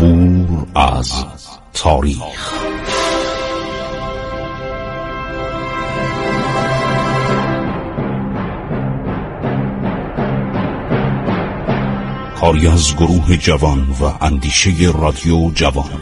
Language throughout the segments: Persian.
عبور از تاریخ. کاری از گروه جوان و اندیشه رادیو جوان.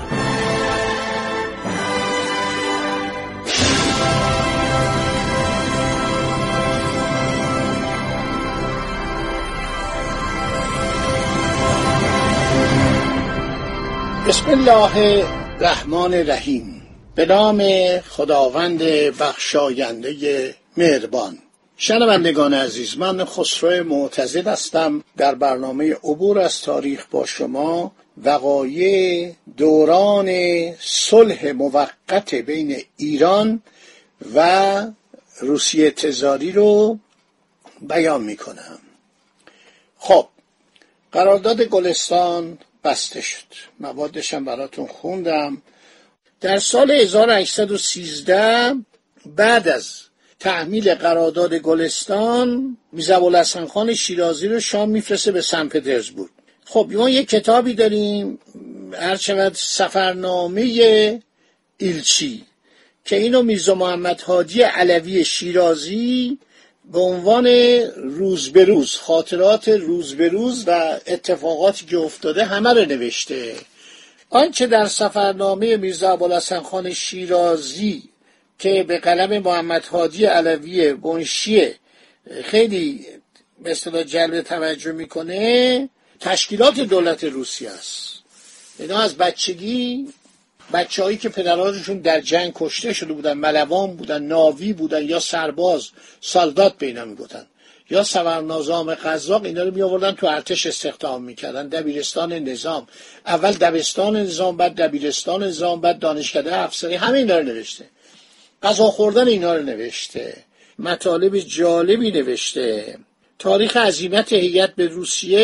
بسم الله الرحمن الرحیم. به نام خداوند بخشاینده مهربان. شنوندگان عزیز، من خسرو معتزد هستم. در برنامه عبور از تاریخ با شما وقایع دوران صلح موقت بین ایران و روسیه تزاری رو بیان میکنم. خب، قرارداد گلستان بسته شد. موادش هم براتون خوندم. در سال 1813 بعد از تحمیل قرارداد گلستان، میرزا ابوالحسن خان شیرازی رو شام میفرسته به سن پترزبورگ. خب ما یک کتابی داریم هرچند سفرنامه ایلچی که اینو میرزا محمد هادی علوی شیرازی به عنوان روز به روز، خاطرات روز به روز و اتفاقاتی که افتاده همه رو نوشته. آنچه در سفرنامه میرزا ابوالحسن خان شیرازی که به قلم محمد هادی علوی منشی خیلی به اصطلاح جلب توجه میکنه، تشکیلات دولت روسیه است. اینا از بچگی بچه‌هایی که پدرانشون در جنگ کشته شده بودن، ملوان بودن، ناوی بودن یا سرباز، سالدات به اینا میگفتن، یا سوارنظام قزاق، اینا رو میآوردن تو ارتش استخدام میکردن. دبیرستان نظام، اول دبستان نظام، بعد دبیرستان نظام، بعد دانشکده افسری، همه اینا رو نوشته. غذا خوردن اینا رو نوشته. مطالب جالبی نوشته. تاریخ عزیمت هیئت به روسیه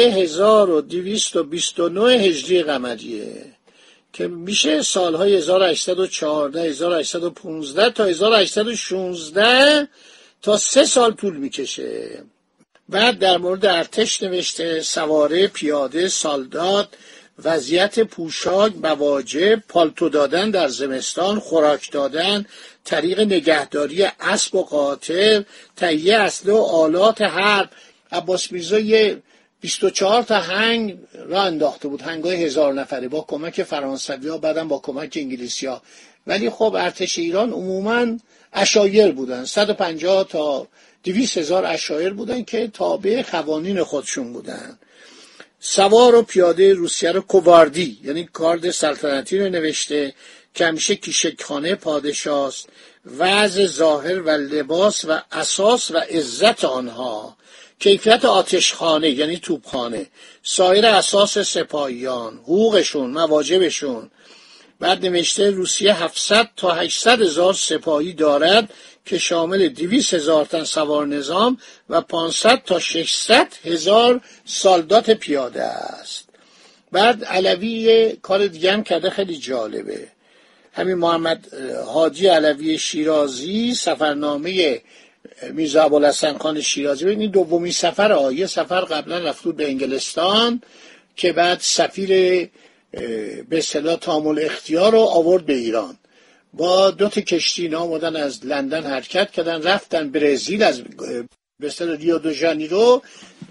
1229 هجری قمریه که میشه سالهای 1814 1815 تا 1816 تا 3 سال طول میکشه. بعد در مورد ارتش نوشته: سواره، پیاده، سالدات، وضعیت پوشاک، مواجب، پالتو دادن در زمستان، خوراک دادن، طریق نگهداری اسب و قاطر، تهیه اسلحه و آلات حرب. عباس میرزا 24 تا هنگ را انداخته بود، هنگای 1000 نفره با کمک فرانسوی‌ها، بعدم با کمک انگلیسی‌ها. ولی خب ارتش ایران عموماً عشایر بودن، 150 تا 200 هزار عشایر بودن که تابع قوانین خودشون بودن. سوار و پیاده روسیه رو کوواردی، یعنی کارد سلطنتی رو نوشته که همیشه کیشکخانه پادشاه است، وضع ظاهر و لباس و اساس و عزت آنها، کیفیت آتشخانه یعنی توپخانه، سایر اساس سپاهیان، حقوقشون، مواجبشون. بعد نوشته روسیه 700 تا 800 هزار سپاهی دارد که شامل 200 هزار تن سوار نظام و 500 تا 600 هزار سالدات پیاده است. بعد علوی کار دیگه هم کرده خیلی جالبه. همین محمد هادی علوی شیرازی سفرنامه میرزا ابوالحسن خان شیرازی، این دومین سفر یه سفر قبلا رفت به انگلستان که بعد سفیر به اصطلاح تامل اختیار رو آورد به ایران. با 2 تا کشتی اینا آمدن از لندن حرکت کردن، رفتن برزیل، از به اصطلاح ریو دو ژانیرو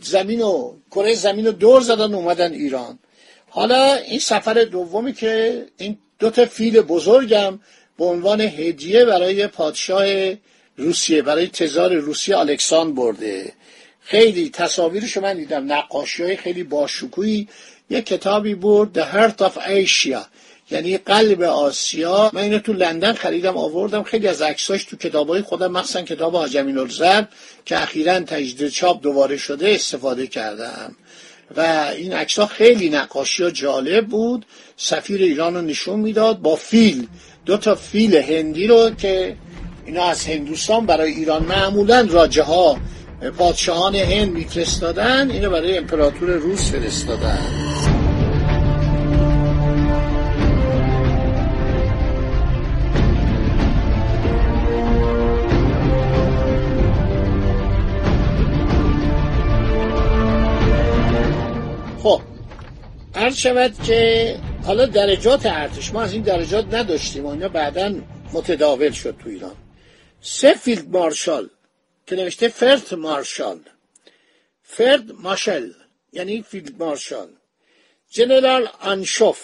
کره زمین رو دور زدن اومدن ایران. حالا این سفر دومی که این 2 تا فیل بزرگم به عنوان هدیه برای پادشاه روسیه، برای تزار روسیه الکساندر برده. خیلی تصاویرشو من دیدم، نقاشی‌های خیلی باشکوهی. یک کتابی بود The Heart of Asia، یعنی قلب آسیا. من اینو تو لندن خریدم آوردم. خیلی از عکساش تو کتابای خودم، مخصوصا کتاب حاج امین‌الزرد که اخیراً تجدید چاپ دوباره شده، استفاده کردم و این عکس‌ها خیلی نقاشی‌ها جالب بود. سفیر ایران رو نشون میداد با فیل، 2 تا فیل هندی رو که اینا از هندوستان برای ایران معمولاً راجه ها پادشاهان هند میفرستادن، اینو برای امپراتور روس فرستادن. خب عرض شود که حالا درجات ارتش، ما از این درجات نداشتیم و اینا بعداً متداول شد تو ایران. 3 فیلد مارشال که نوشته فرد مارشال، فرد مارشال یعنی فیلد مارشال، جنرال آنشوف،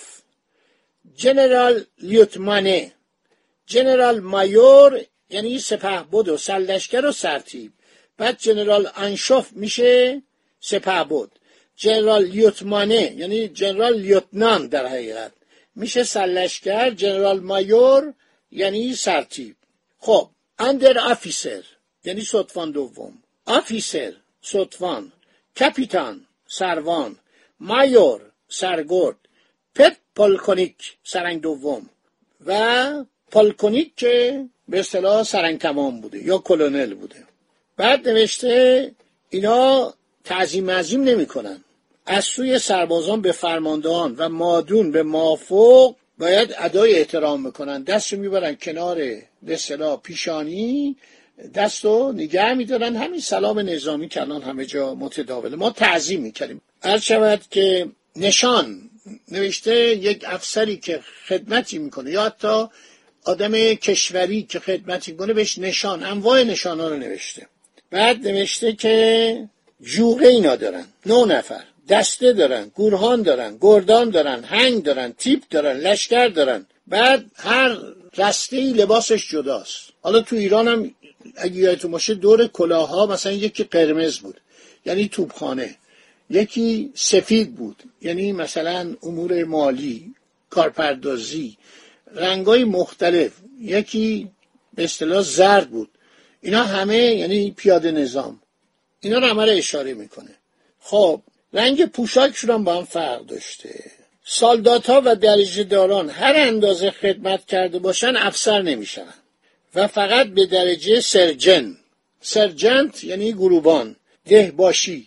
جنرال لیوتمانه، جنرال مایور یعنی سپهبد و سرلشکر و سرتیپ. بعد جنرال آنشوف میشه سپهبد، جنرال لیوتمانه یعنی جنرال لیوتنان در حقیقت میشه سرلشکر، جنرال مایور یعنی سرتیپ. خب اندر آفیسر یعنی سطفان دوم، آفیسر سطفان، کاپیتان سروان، مایور سرگرد، پت پولکونیک سرنگ دوم و پولکونیک که به اصطلاح سرنگ کمان بوده یا کلونل بوده. بعد نوشته اینا تعظیم معظیم نمی کنن. از سوی سربازان به فرماندهان و مادون به مافوق باید ادای احترام بکنن. دستو میبرن کنار به اصطلاح پیشانی، دستو نگه میدارن. همین سلام نظامی که الان همه جا متداوله، ما تعظیم میکنیم. عرض شود که نشان نوشته یک افسری که خدمتی میکنه یا حتی آدم کشوری که خدمتی میکنه بهش نشان، انواع نشان ها رو نوشته. بعد نوشته که جوغه اینا دارن 9 نفر، دسته دارن، گورهان دارن، گردان دارن، هنگ دارن، تیپ دارن، لشکر دارن. بعد هر رسته‌ای لباسش جداست. حالا تو ایران هم اگه یادتون باشه دور کلاها مثلا یکی قرمز بود یعنی توپخانه، یکی سفید بود یعنی مثلا امور مالی، کارپردازی، رنگای مختلف، یکی به اصطلاح زرد بود. اینا همه یعنی پیاده نظام. اینا رو همه اشاره میکنه. خب رنگ پوشاکشون هم با هم فرق داشته. سالدات‌ها و درجه داران هر اندازه خدمت کرده باشن افسر نمیشن و فقط به درجه سرجن، سرجنت یعنی گروبان، دهباشی،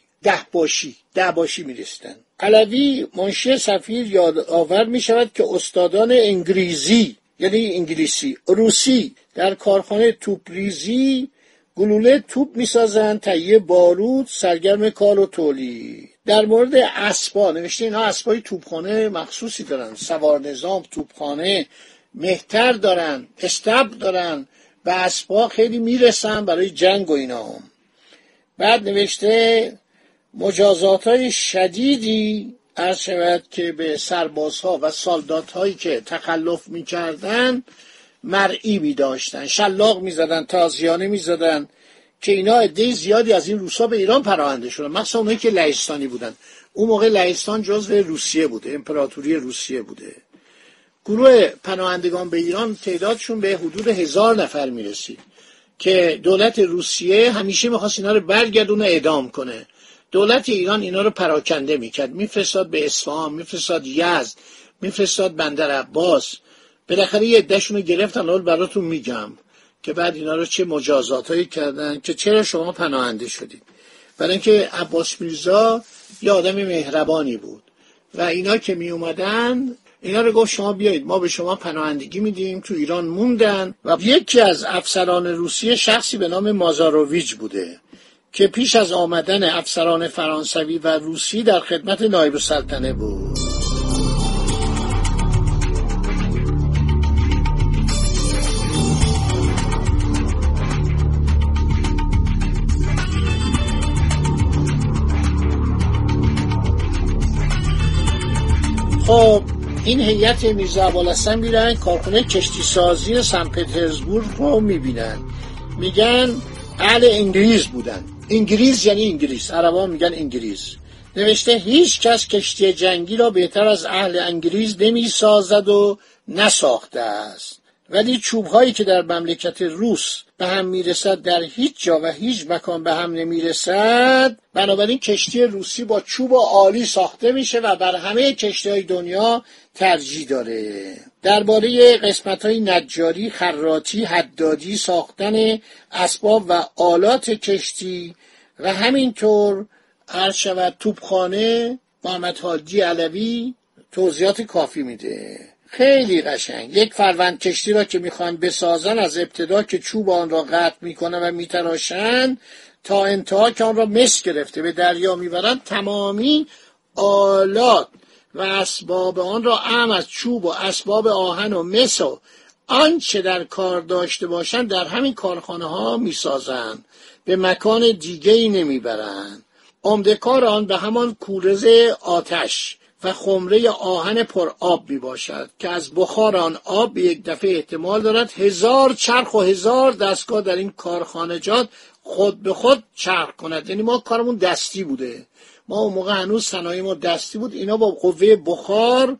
دهباشی میرستن. علوی منشی سفیر یادآور میشود که استادان انگلیسی یعنی انگلیسی، روسی در کارخانه توپریزی گلوله توپ میسازن، تهیه بارود، سرگرم کار و تولید. در مورد اسبا نوشته اینا اسبای توپخانه مخصوصی دارن، سوار نظام، توپخانه، مهتر دارن، استبل دارن، به اسبا خیلی میرسن برای جنگ و اینا هم. بعد نوشته مجازات‌های شدیدی عرض شود که به سربازها و سالدات‌هایی که تخلف می‌کردن مرئی می‌داشتن، شلاق می‌زدن، تازیانه می‌زدن که اینا عده زیادی از این روسا به ایران پناهنده شدن، مثلا اونایی که لهستانی بودن. اون موقع لهستان جزو روسیه بوده، امپراتوری روسیه بوده. گروه پناهندگان به ایران تعدادشون به حدود 1000 نفر میرسید که دولت روسیه همیشه می‌خواست اینا رو برگردونه اعدام کنه. دولت ایران اینا رو پراکنده میکرد، میفرستاد به اصفهان، میفرستاد یزد، میفرستاد بندرعباس. بالاخره یه عده‌شون رو گرفتن. حالا براتون میگم که بعد اینا رو چه مجازاتایی کردن که چرا شما پناهنده شدید. برای اینکه عباس میرزا یه آدم مهربانی بود و اینا که می اومدن اینا رو گفت شما بیایید ما به شما پناهندگی میدیم. تو ایران موندن و یکی از افسران روسیه شخصی به نام مازاروویچ بوده که پیش از آمدن افسران فرانسوی و روسی در خدمت نایب السلطنه بود. خب این هیئت میرزا ابوالحسن میرن کارخانه کشتی سازی سن پترزبورگ رو میبینن، میگن اهل انگلیس بودن. انگلیس یعنی انگلیس، عربا میگن انگلیس. نوشته هیچ کس کشتی جنگی را بهتر از اهل انگلیس نمی سازد و نساخته است، ولی چوب‌هایی که در مملکت روس به هم میرسد در هیچ جا و هیچ مکان به هم نمیرسد. بنابراین کشتی روسی با چوب عالی ساخته میشه و بر همه کشتی‌های دنیا ترجیح داره. درباره قسمت‌های نجاری، خراطی، حدادی، ساختن اسباب و آلات کشتی و همینطور عرض شود توپخانه محمد حاجی علوی توضیحات کافی میده. خیلی قشنگ. یک فروند کشتی را که میخوان بسازن از ابتدا که چوب آن را قطع میکنن و میتراشن تا انتها که آن را مس گرفته به دریا میبرن، تمامی آلات و اسباب آن را اعم از چوب و اسباب آهن و مس و آنچه در کار داشته باشند در همین کارخانه ها می سازند، به مکان دیگه‌ای نمیبرند. عمده کار آن به همان کورز آتش و خمره آهن پر آب می باشد که از بخار آن آب به یک دفعه احتمال دارد 1000 چرخ و 1000 دستگاه در این کارخانجات خود به خود چرخ کند. یعنی ما کارمون دستی بوده، ما اون موقع هنوز صنایع ما دستی بود. اینا با قوه بخار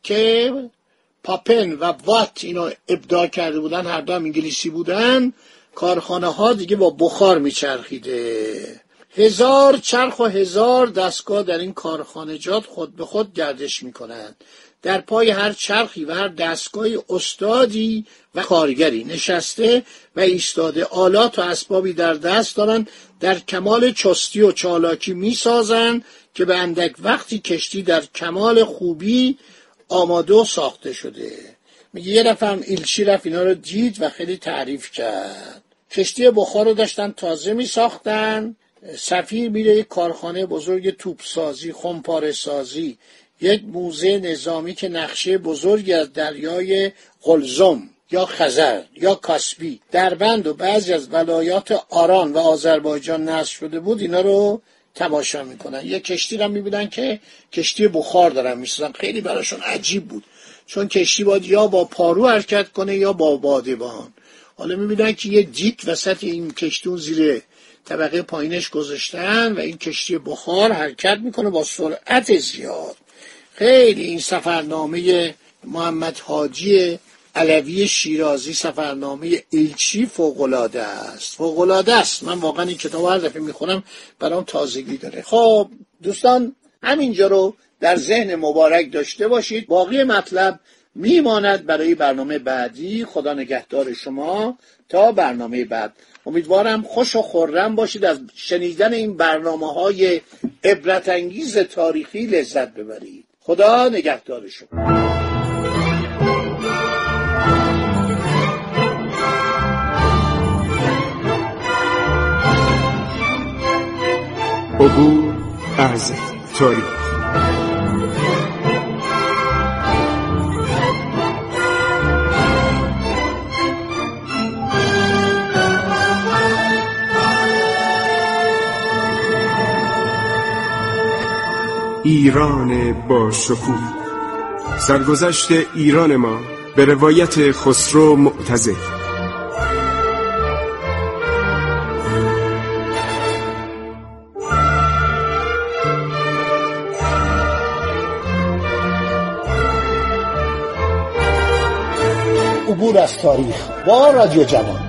که پاپن و وات اینا ابداع کرده بودن، هر دو هم انگلیسی بودن، کارخانه ها دیگه با بخار میچرخیده. 1000 چرخ و 1000 دستگاه در این کارخانجات خود به خود گردش میکنند. در پای هر چرخی و هر دستگاهی استادی و کارگری نشسته و ایستاده، آلات و اسبابی در دست دارند، در کمال چستی و چالاکی میسازند که به اندک وقتی کشتی در کمال خوبی آماده و ساخته شده. میگه یه نفر ایلچی رفت اینا رو دید و خیلی تعریف کرد. کشتی بخار رو داشتن تازه میساختن. سفیر میره یک کارخانه بزرگ توپسازی، خمپاره سازی، یک موزه نظامی که نقشه بزرگی از دریای قلزم یا خزر یا کاسپی، دربند و بعضی از ولایات آران و آذربایجان نصب شده بود، اینا رو تماشا میکنن. یک کشتی رو میبینن که کشتی بخار دارن میسازن. خیلی براشون عجیب بود، چون کشتی باید یا با پارو حرکت کنه یا با بادبان. حالا میبینن که یه دیک وسط این کشتی اون زیر طبقه پایینش گذاشتن و این کشتی بخار حرکت میکنه با سرعت زیاد. خیلی این سفرنامه محمد حاجی علوی شیرازی، سفرنامه ایلچی، فوق‌العاده است، فوق‌العاده است. من واقعا این کتاب هر دفعه میخونم برام تازگی داره. خب دوستان، همینجا رو در ذهن مبارک داشته باشید. باقی مطلب میماند برای برنامه بعدی. خدا نگهدار شما تا برنامه بعد. امیدوارم خوش و خرم باشید، از شنیدن این برنامه‌های عبرت انگیز تاریخی لذت ببرید. خدا نگهدار شما. عبور از تاریخ. ایران با شکوه، سرگذشت ایران ما به روایت خسرو معتزد. عبور از تاریخ با رادیو جوان.